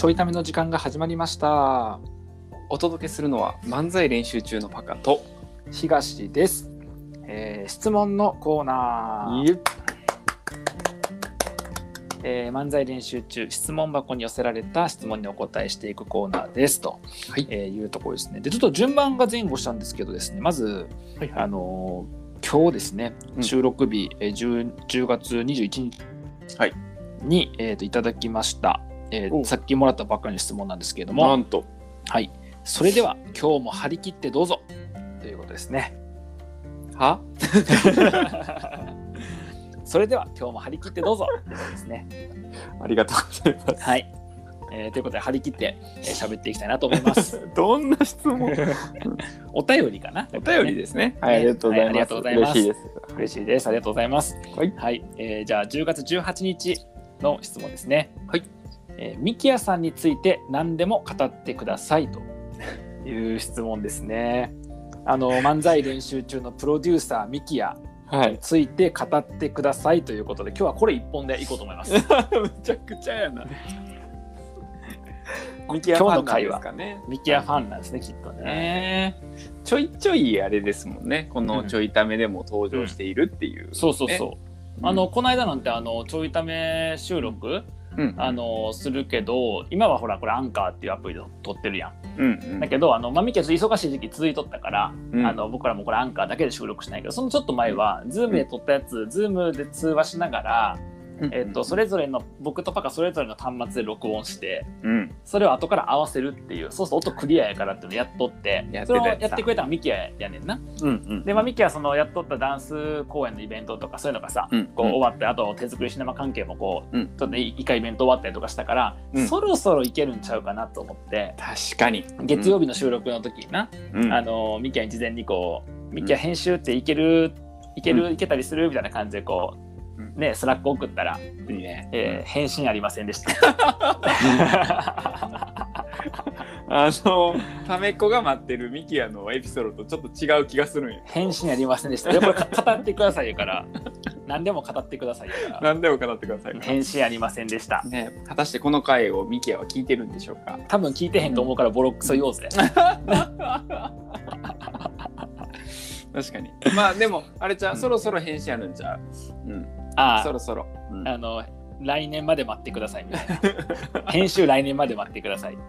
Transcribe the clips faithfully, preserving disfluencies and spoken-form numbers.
ちょいための時間が始まりました。 お届けするのは漫才練習中のパカと東です、えー、質問のコーナー、えー、漫才練習中質問箱に寄せられた質問にお答えしていくコーナーですと、はいえー、いうところですね。でちょっと順番が前後したんですけどですね、まず、はいはい、あのー、今日ですね、うん、収録日、えー、10, じゅうがつにじゅういちにちに、はいえー、といただきました、えー、さっきもらったばっかりの質問なんですけれども、 なんとはいそれでは今日も張り切ってどうぞということですね。 はそれでは今日も張り切ってどうぞということですね。 ありがとうございます。 はい、えー、ということで張り切って喋、えー、っていきたいなと思います。 どんな質問お便りかな、 お便りですね。 はい、ありがとうございます。はい、ありがとうございます。 嬉しいです。 嬉しいです。ありがとうございます。 はい、 はいえー、じゃあじゅうがつじゅうはちにちの質問ですね。 はいえー、ミキヤさんについて何でも語ってくださいという質問ですね。あの漫才練習中のプロデューサーミキヤについて語ってくださいということで、今日はこれ一本でいこうと思います。 むちゃくちゃやな。ミキヤファンなんですかね。 ミキヤファンなんですね、きっとね。 ちょいちょいあれですもんね。このちょいためでも登場しているっていう、ねうん、そうそうそう。うん、あのこの間なんてあのちょいため収録、うん、あのするけど、今はほらこれアンカーっていうアプリで撮ってるやん。うんうん、だけどあの、まあ、ミキは忙しい時期続いとったから、うん、あの僕らもこれアンカーだけで収録しないけど、そのちょっと前は Zoom で撮ったやつ、うん、Zoom で通話しながら、うんえー、とそれぞれの僕とパカそれぞれの端末で録音して、うん、それを後から合わせるっていう、そうすると音クリアやからっていうのをやっとって、やってそれをやってくれたのはミキヤやねんな、うんうん、で、まあ、ミキヤはそのやっとったダンス公演のイベントとかそういうのがさ、うん、こう終わって、あと手作りシネマ関係もこう、うん、ちょっと一回イベント終わったりとかしたから、うん、そろそろいけるんちゃうかなと思って、 確かに月曜日の収録の時にな、うん、あのミキヤに事前にこうミキヤ編集っていけるいける、うん、いけたりするみたいな感じでこうね、スラック送ったら、いいねえー、返信ありませんでした。 あのためっこが待ってるミキヤのエピソードとちょっと違う気がするんや。 返信ありませんでした。これ語ってくださいから何でも語ってくださいから何でも語ってください。 返信ありませんでした、 ね、果たしてこの回をミキヤは聞いてるんでしょうか。 多分聞いてへんと思うからボロクソ言おうぜ。 確かに。まあでもあれちゃう、うん、そろそろ返信あるんちゃう、うん、あそろそろ、 うん、あの来年まで待ってくださいみたいな。編集来年まで待ってください。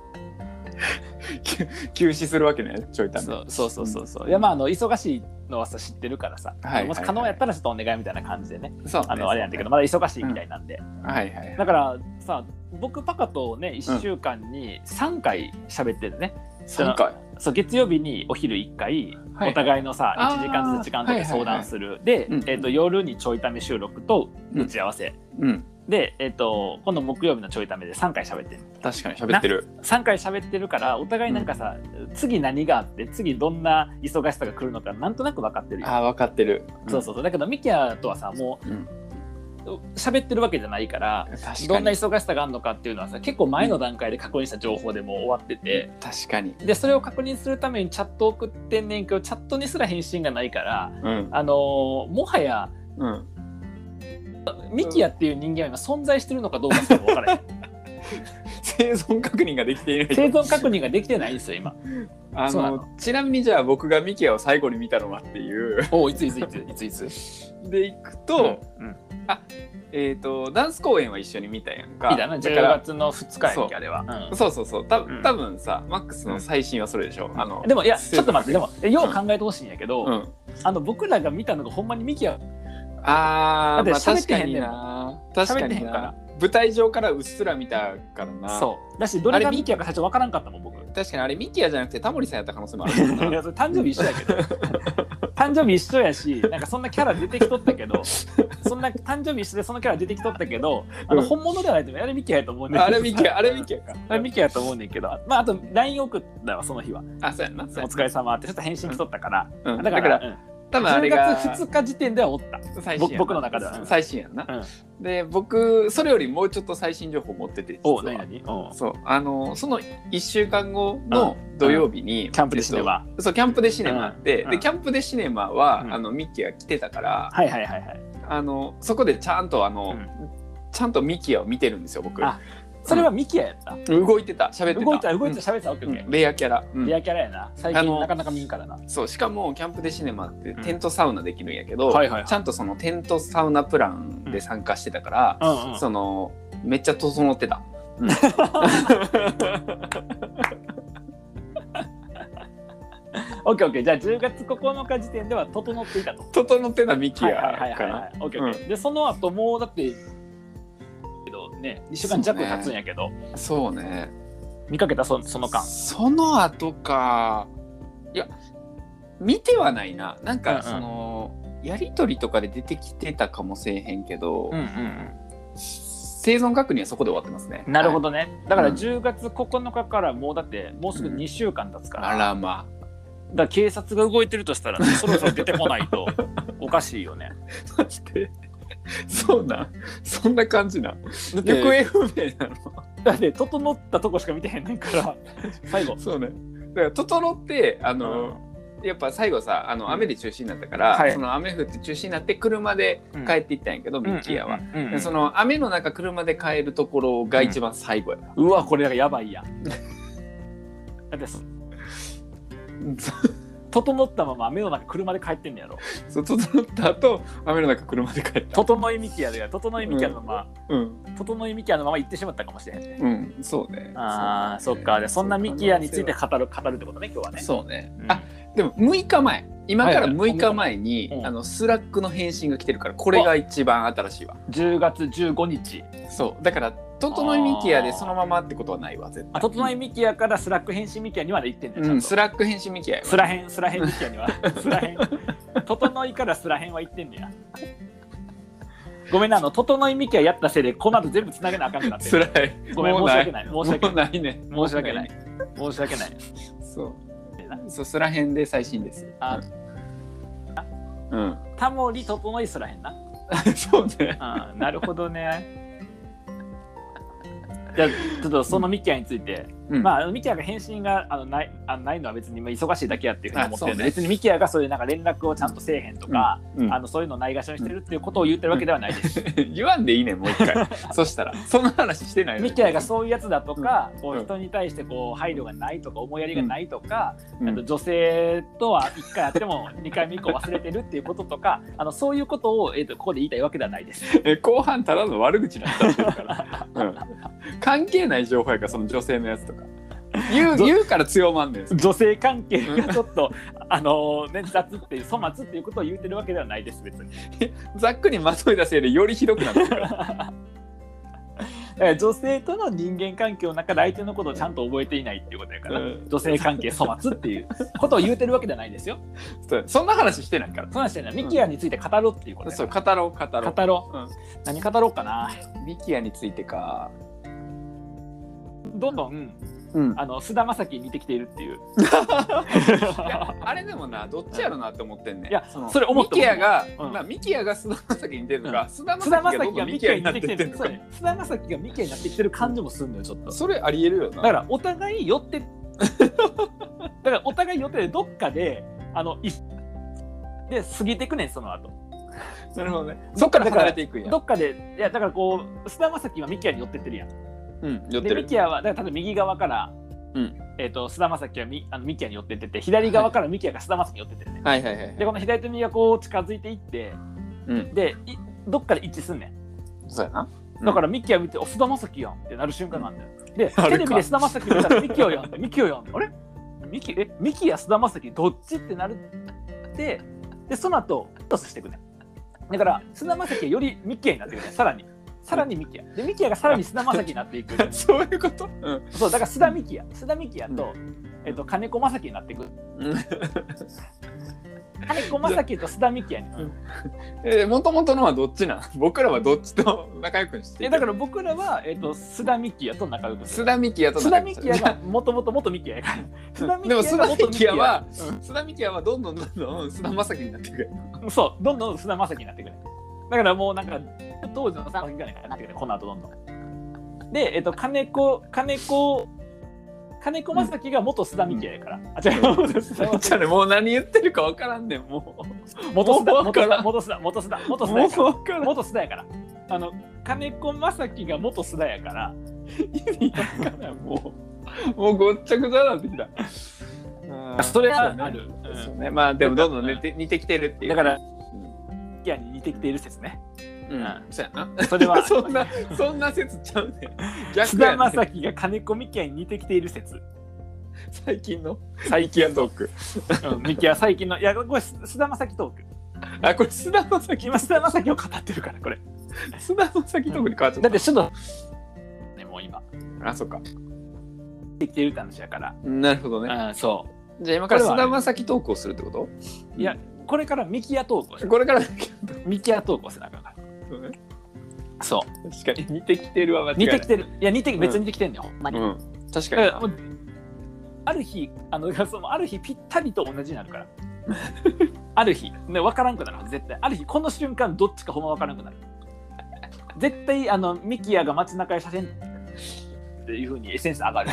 休止するわけね、ちょいため。 そうそうそうそうそう、うん、いやまああの忙しいのはさ知ってるからさ、はいはいはい、もし可能やったらちょっとお願いみたいな感じでね、そうね、あのあれなんだけどまだ忙しいみたいなんで、うんはいはいはい、だからさ僕パカとねいっしゅうかんにさんかい喋ってるね、うん、 さんかいそう月曜日にお昼いっかい、はい、お互いのさいちじかんずつ時間とか相談する、はいはいはい、で、うんえー、と夜にちょいため収録と打ち合わせ、うんうんで、えー、と今度木曜日のちょいためでさんかい喋ってる。 確かに喋ってる。 さんかい喋ってるからお互いなんかさ、うん、次何があって次どんな忙しさが来るのかなんとなく分かってるよ。 あ分かってる、 うん、そうそうそう。だけどミキヤとはさもう、うん喋ってるわけじゃないからどんな忙しさがあるのかっていうのはさ結構前の段階で確認した情報でもう終わってて、 うん、確かに。 でそれを確認するためにチャット送ってんねんけどチャットにすら返信がないから、うん、あのー、もはや、うん、ミキヤっていう人間は今存在してるのかどうかすら分からない。 生存確認ができていない。 生存確認ができてないんですよ今。 あのちなみにじゃあ僕がミキヤを最後に見たのはっていう。 おいついついついついつでいくと、うんうん、あえっ、ー、とダンス公演は一緒に見たやんか。 見たなじゅうがつのふつかやんけあれは。 うん、そうそうそうた多分さ、うん、マックスの最新はそれでしょ。うん、あのでもいやちょっと待ってでもよう考えてほしいんやけど、うん、あの僕らが見たのがほんまにミキヤ。 あー、まあ、確かにな。確かにな。舞台上からうっすら見たからな。 そうだしどれがミキヤか最初分からんかったもん僕。 確かにあれミキヤじゃなくてタモリさんやった可能性もある。 いやそれ誕生日一緒やけど誕生日一緒やしなんかそんなキャラ出てきとったけどそんな誕生日一緒でそのキャラ出てきとったけどあの、うん、本物ではないと思う。あれミキヤやと思うねん。 あれミキヤあれミキヤか。 あれミキヤやと思うねんけど、まああと ライン 送ったわその日は。 あそうやな。お疲れ様ってちょっと返信来とったから、 うん、だから、うん多分あれがじゅうがつふつか時点ではおった最新僕の中では、 うん、最新やんな、うん、で僕それよりもうちょっと最新情報持っててお何何おそうあのそのいっしゅうかんごの土曜日に、 うんうん、キャンプでシネマ、 えっと、そうキャンプでシネマあって、うん、でキャンプでシネマは、うん、あのミッキーが来てたから、 はいはいはいはい、 あのそこでちゃんとあの、うん、ちゃんとミッキーを見てるんですよ僕。 あそれはミキヤやった、 うん、動いてた喋ってた動いてた動いてた喋ってた、うん、オッケーオッケー、 レアキャラ、 うん、レアキャラやな最近なかなか見んからな。 そうしかもキャンプでシネマってテントサウナできるんやけど、 うんはいはいはい、 ちゃんとそのテントサウナプランで参加してたから、うんうん、そのめっちゃ整ってた、うん、 オッケーオッケー、じゃあじゅうがつここのか時点では整っていたと。 整ってたミキヤかな。 はいはいはいはい、オッケーオッケー、うん、でその後もうだってけどねにしゅうかん弱経つんやけど、 そうね、そうね、 見かけた そ, その間その後か、いや見てはないな、なんかその、うんうん、やり取りとかで出てきてたかもしれへんけど、うんうんうん、生存確認はそこで終わってますね。 なるほどね、はい、だからじゅうがつここのかからもうだってもうすぐにしゅうかん経つから、うん、 あらまあ、 だから警察が動いてるとしたら、ね、そろそろ出てこないとおかしいよね。 マジでそうなんそんな感じな行方不明なの。 だって整ったとこしか見てへんねんから最後そうね、だから整ってあの、うん、やっぱ最後さあの雨で中止になったから、うんはい、その雨降って中止になって車で帰っていったんやけど、うん、ミキヤは、うんうんうんうん、その雨の中車で帰るところが一番最後やな、 うん、うわこれやばいやんだって整ったまま雨の中車で帰ってんねやろ。 そう整った後雨の中車で帰った。 整いミキヤで整いミキヤのまま、うん、整いミキヤのまま行ってしまったかもしれへんね。 うん、そうね。 ああ、そっか。でそんなミキヤについて語る語るってことね今日はね。 そうね。うん、あ、でもむいかまえ。今からむいかまえに、はいはい、あのスラックの返信が来てるからこれが一番新しいわ。 じゅうがつじゅうごにち。 そうだから整いミキヤでそのままってことはないわ絶対。 あ、整いミキヤからスラック返信ミキヤには行ってんねん、 うん、スラック返信ミキヤやスラヘンスラヘンミキヤにはスラヘン整いからスラヘンは行ってんねや。ごめんな、あの整いミキヤやったせいでこの後全部つなげなあかんくなってる。 つらい。 ごめん、申し訳ない申し訳ないね申し訳ない申し訳ない。 そうそうスラヘンで最新です。あ、 うん、タモリ整いスラヘンな。 そうね。 あ、なるほどね。じゃあちょっとそのミキヤについて、うん、まあミキヤが返信があのないあのないのは別に忙しいだけやっていうふうに思ってるんで、ね、別にミキヤがそういうなんか連絡をちゃんとせえへんとか、うんうん、あのそういうのをないがしろにしてるっていうことを言ってるわけではないです。 言わんでいいねもう一回。そしたらそんな話してないよ。 ミキヤがそういうやつだとか、うん、こう人に対してこう配慮がないとか思いやりがないとか、うん、あと女性とはいっかいあってもにかいめ以降忘れてるっていうこととか、あのそういうことを、えー、とここで言いたいわけではないです。 え後半ただの悪口になっちゃってるから、うん、関係ない情報やからその女性のやつとか言 う, 言うから強まんねん。 女性関係がちょっとあの、ね、雑っていう粗末っていうことを言うてるわけではないです別に。 ざっくりまといたせいでよりひどくなってるから。だから女性との人間関係の中で相手のことをちゃんと覚えていないっていうことやから、うん、女性関係粗末っていうことを言うてるわけではないですよ。 そんな話してないから。 そんな話してない。ミキヤについて語ろうっていうことやから、 うん、そう語ろう語ろう語ろう、うん、何語ろうかな。 ミキヤについてか。 どんどん、うん、あの菅田将暉に似てきているっていう。 いやあれでもなどっちやろなって思ってんねん。 いやそのそれ思ってミキヤが、うんまあ、ミキヤが菅田将暉に似てるのか、うん、菅田将暉がミキヤになってきてるのか。 菅田将暉がミキヤになってきてる感じもするのよちょっと。 それありえるよな。 だからお互い寄ってだからお互い寄ってでどっかであのいで過ぎていくねんその後。 なるほどね。そっから離れていくんや。 どっかでいやだからこう菅田将暉はミキヤに寄ってってるやん。 うん、寄ってる。 でミキヤはだから多分右側から、うんえー、と菅田将暉はミあのミキヤに寄ってってて左側からミキヤが菅田将暉に寄ってってるね。 はいはいはい。 でこの左と右がこう近づいていって、うん、でいどっかで一致すんねん。そうやな。 うん、だからミキヤ見てお菅田将暉やんってなる瞬間なんだよ。でテレビで菅田将暉見たらミキヤやんってミキヤやんってあれミキえミキヤ菅田将暉どっちってなるってでその後トスしていくね。だから菅田将暉はよりミキヤになってくるねさらに。さらにミキヤでミキヤがさらに菅田将暉になっていく。 そういうこと、 うん、そうだから須田ミキヤ須田ミキヤと、うんえっと、金子将暉になっていく。金子将暉と須田ミキヤに、うんえー、もともとのはどっちなん僕らはどっちと仲良くしてえだから僕らは、えっと、須田ミキヤと仲良く須田ミキヤと仲良く須田ミキヤがもともと元ミキヤやから須田ミキヤが元ミキヤは須田ミキヤはどんどんどんどん須田将暉になっていく。 そうどんどん須田将暉になっていくね。だからもうなんか当時のさんぐらいかなってくるこの後どんどんで、えっと、金子金子金子将暉が元須田美紀やから、うん、あ違う元須田じゃあねもう何言ってるか分からんねんもう元須田元須田元須田元須田元須田やから元須田やからあの金子正樹が元須田やから意味わからんもうもうごっちゃくちゃになってきた。 あそれはある、 うん、そうね、まあでもどんどん似て、似てきてるっていう。 だからキアに似てきている説ね。 うん、うん、そうやな。 それはそんなそんな説ちゃうね。 須田将暉が金子ミキアに似てきている説。 最近の最近トーク。 うん、ミキア最近のいやこれ須田将暉トーク。 あこれ須田将暉今須田将暉を語ってるからこれ。 須田将暉トークに変わっちゃった。 だって首都ねもう今。 あそっか。 できてるって話やから。 なるほどね。 あそう。 じゃあ今から須田将暉トークをするってこと？ いやこれからミキアトークをする。 これからミキアトークをするなから。そうね。そう。 確かに似てきてるわ間違いない。 似てきてる。いや似て別に似てきてんだよ。 うん。確かに。 ある日あのそのある日ぴったりと同じになるから。ある日ね分からんくなる絶対。ある日この瞬間どっちかほんま分からんくなる。絶対あのミキアが街中で写真っていう風にエッセンス上がる。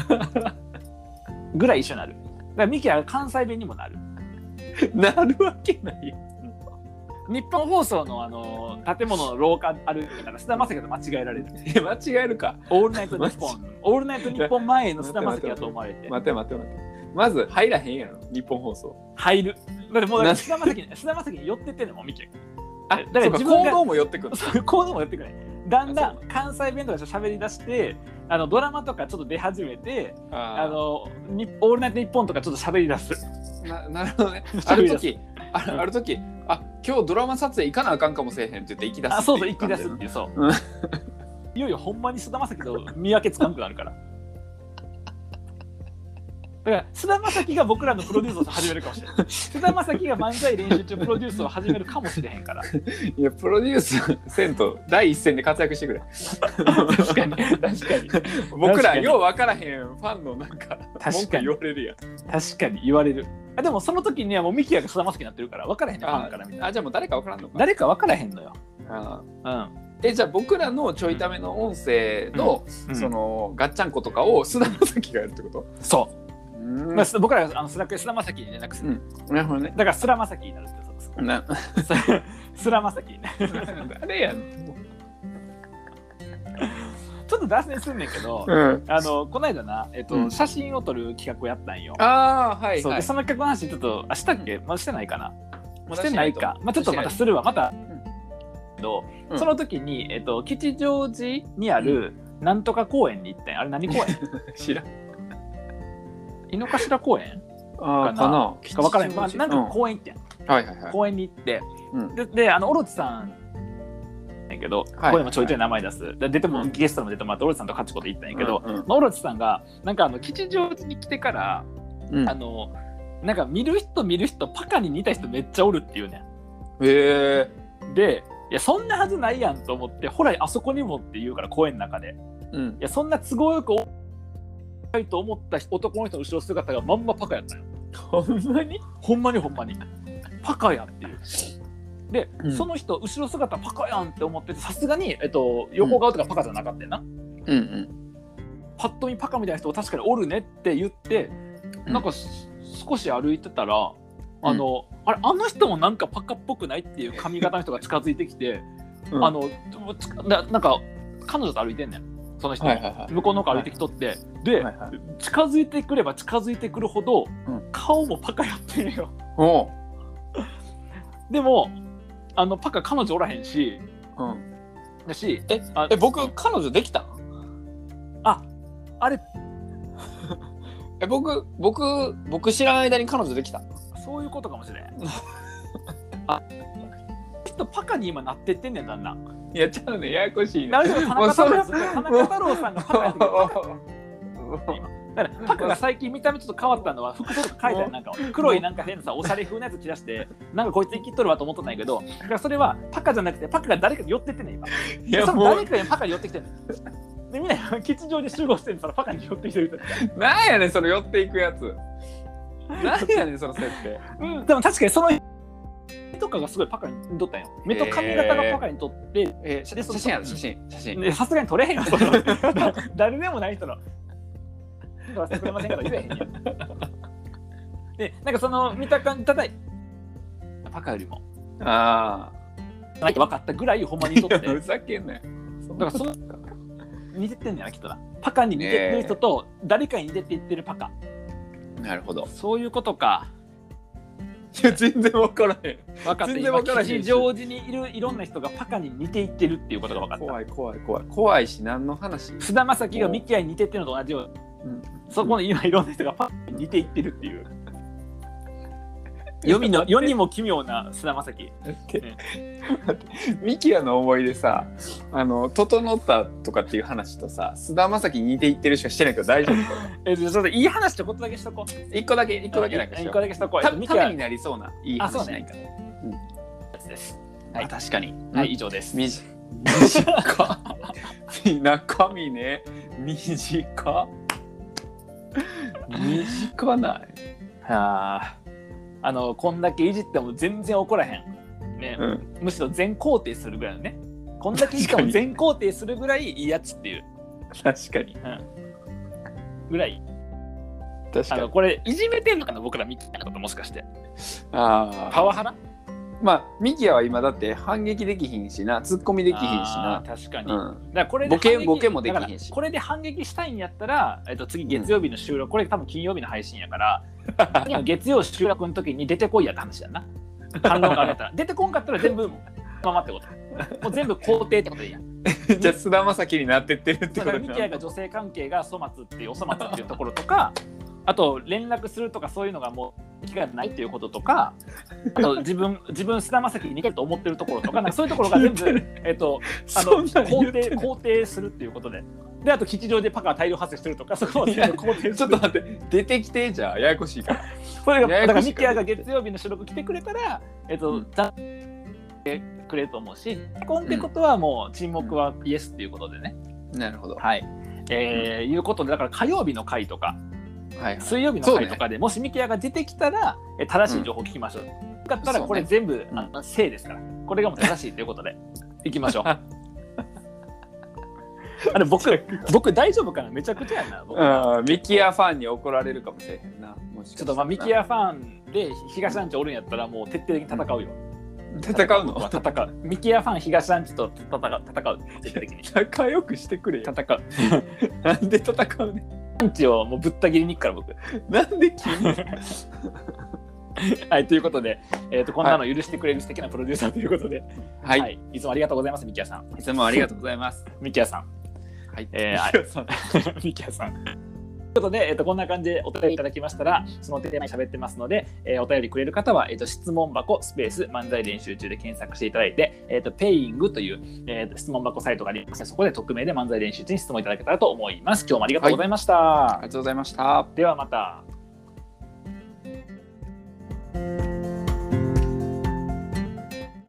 ぐらい一緒になる。だからミキアが関西弁にもなる。 なるわけないよ。 日本放送のあの建物の廊下歩いてたら須田将暉と間違えられる。 いや間違えるか。 オールナイトニッポンオールナイトニッポン前の須田将暉だと思われて。 待って待って待って。まず入らへんやろ日本放送。 入る。だってもう須田将暉須田将暉に寄ってってんのもミキア。 あだから自分が行動も寄ってくる。 行動も寄ってくる。だんだん関西弁とか喋り出してあのドラマとかちょっと出始めて あ, あのにオールナイトニッポンとかちょっと喋り出す。 な, なるほどね。ある時あるある時あ今日ドラマ撮影行かなあかんかもしれへんって言って行き出す。 あそうそう行き出すっていうそう。いよいよほんまに須田将暉と見分けつかんくなるから。だから須田将暉が僕らのプロデュースを始めるかもしれない。須田将暉が漫才練習中プロデュースを始めるかもしれへんから。 いやプロデュースせんと第一線で活躍してくれ。 確かに確かに。 僕らよう分からへんファンのなんか文句言われるやん。 確かに言われる。あでもその時にはもうミキヤが須田将暉になってるから分からへんねファンからみたいな。 あじゃあもう誰か分からんのか。 誰か分からへんのよ。 あうんえじゃあ僕らのちょいための音声の、うん、そのガッチャンコとかを須田将暉がやるってこと？ そう。まあ、僕らがあのスラックで須田将暉に連絡する、 うん、なるほどね。 だから須田将暉になるってそうです。な須田将暉に誰やのちょっと脱線すんねんけど、うん、あのこの間な、えっとうん、写真を撮る企画をやったんよ。 ああはい、はい、 でその企画の話ちょっとあしたっけ、うん、まだしてないかな、まだしてないか、まあ、ちょっとまたするわまた、うんうん、その時に、えっと、吉祥寺にあるなんとか公園に行ったんや。あれ何公園知らん井の頭公園かなかなか分からへん、まあ、なんか公園行ってん、うんはいはいはい、公園に行って、うん、で, であのオロチさんやけど、はいはいはい、ここでもちょいちょい名前出すで出ても、うん、ゲストも出てもらってオロチさんとカチコと行ったんやけど、うんうんまあ、オロチさんがなんかあの吉祥寺に来てから、うん、あのなんか見る人見る人パカに似た人めっちゃおるっていうねん。 へえ。 でいやそんなはずないやんと思ってほらあそこにもって言うから公園の中で、うん、いやそんな都合よくと思った男の人の後ろ姿がまんまパカやったんよ。 ほんまにほんまにほんまにパカやっていうで、うん、その人後ろ姿パカやんって思っててさすがに、えっと、横顔とかパカじゃなかったよな、うんうん、パッと見パカみたいな人確かにおるねって言って、うん、なんか少し歩いてたらあの、うん、あれあの人もなんかパカっぽくないっていう髪型の人が近づいてきて、うん、あのな, なんか彼女と歩いてんねんその人、はいはいはい、向こうの方歩いてきとって、はい、で、はいはい、近づいてくれば近づいてくるほど、うん、顔もパカやってんよ。おでもあのパカ彼女おらへんし、うん、だしえあえ僕彼女できたああれえ僕僕僕知らん間に彼女できたそういうことかもしれんあきっとパカに今なってってんねんだんだんいやちゃうねややこしいな。田中太郎さんがパカやってくる。だからパカが最近見た目ちょっと変わったのは服装とか書いたらなんか黒いなんか変なさおしゃれ風なやつ着出してなんかこいつ生きとるわと思っとったんやけどだからそれはパカじゃなくてパカが誰かに寄ってってんねん今。いやその誰かにパカに寄ってきてんねん。でみんな吉祥で集合してんのそのパカに寄ってきてる。 なんやねんその寄っていくやつ。なんやねんその設定。 うんでも確かにその目とかがすごいパカに撮ったんよ。目と髪型がパカに撮って、 えー、写真やる写真写真さすがに撮れへんよ誰でもない人の撮らせてくれませんから言えへんやんでなんかその見た感じただパカよりもああ分かったぐらいほんまに撮ってふざけんなよだからそう似てってんじゃないきっとな。パカに似てってる人と誰かに似てって言ってるパカ。 なるほど。 そういうことか。 いや全然分からへん。 分かった。全然分からへん。吉祥寺にいるいろんな人がパカに似ていってるっていうことが分かった。 怖い怖い怖い怖いし何の話？ 菅田将暉がミキヤに似てってるのと同じように、うん、そこの今いろんな人がパカに似ていってるっていう。世にの世にも奇妙な菅田将暉。 ミキヤの思い出さ、あの整ったとかっていう話とさ、菅田将暉似ていってるしかしてないけど大丈夫？ えちょっといい話ちょこっとだけしとこう。 一個だけ一個だけなんかしよう。 一個だけしとこう。 ためになりそうないい話ないか。 うん。やつです。 はい、確かに。 はい、以上です。 短い。中身ね、短。短ない。 はあ。あのこんだけいじっても全然怒らへん、ね、うん、むしろ全肯定するぐらいのね。こんだけいじっても全肯定するぐらいいいやつっていう。 確かに、 うん、ぐらい。 確かに。 あのこれいじめてんのかな僕らミキヤのこともしかして。 あパワハラ？ まあミキヤは今だって反撃できひんしな、ツッコミできひんしな。 確かに、 うん、 だからこれでボケボケもできひんし。 これで反撃したいんやったら、えっと、次月曜日の収録、うん、これ多分金曜日の配信やから月曜収録の時に出てこいやって話やな。反論があれたら出てこんかったら全部ままってこと。もう全部肯定ってことでいいやん。 じゃあ菅田将暉になってってるってこと。 ミキヤが女性関係が粗末っていうお粗末っていうところとか、あと連絡するとかそういうのがもう気がないっていうこととか、あと自分自分菅田将暉に似てると思ってるところとか、なんかそういうところが全部えっとあの肯定肯定するっていうことで。であと吉祥寺でパカが大量発生してるとか、そこを全部肯定する。 ちょっと待って出てきてじゃあややこしいから。 それがだからミキヤが月曜日の収録来てくれたらえっと、うん、ざってくれると思うし、こんってことはもう沈黙はイエスっていうことでね。 うん、なるほど。 はい。えーうん、いうことでだから火曜日の回とか、はいはい、水曜日の回とかで、ね、もしミキヤが出てきたら正しい情報を聞きましょう。うん、だったらこれ全部、ね、あの正ですから、これがもう正しいということでいきましょう。あれ僕僕大丈夫かな、めちゃくちゃやな。僕あミキヤファンに怒られるかもしれへんな。もしちょっとまあミキヤファンで東団地おるんやったらもう徹底的に戦うよ。 うん、戦うの？ 戦う。ミキヤファン東団地と戦う戦う徹底的に。 仲良くしてくれよ。 戦う。 なんで戦うね。 団地をもうぶった切りに行くから僕。 なんで君？ はいということで、えー、とこんなの許してくれる素敵なプロデューサーということで、 はい、 はい、いつもありがとうございますミキヤさん。 いつもありがとうございます。 ミキヤさん。 はい、 えー、ミキヤさん。ということで、えー、とこんな感じでお便りいただきましたら、そのテーマに喋ってますので、えー、お便りくれる方は、えー、と質問箱スペース漫才練習中で検索していただいて、えー、とペイングという、えー、と質問箱サイトがありますので、そこで匿名で漫才練習中に質問いただけたらと思います。今日もありがとうございました。 はい、ありがとうございました。 ではまた。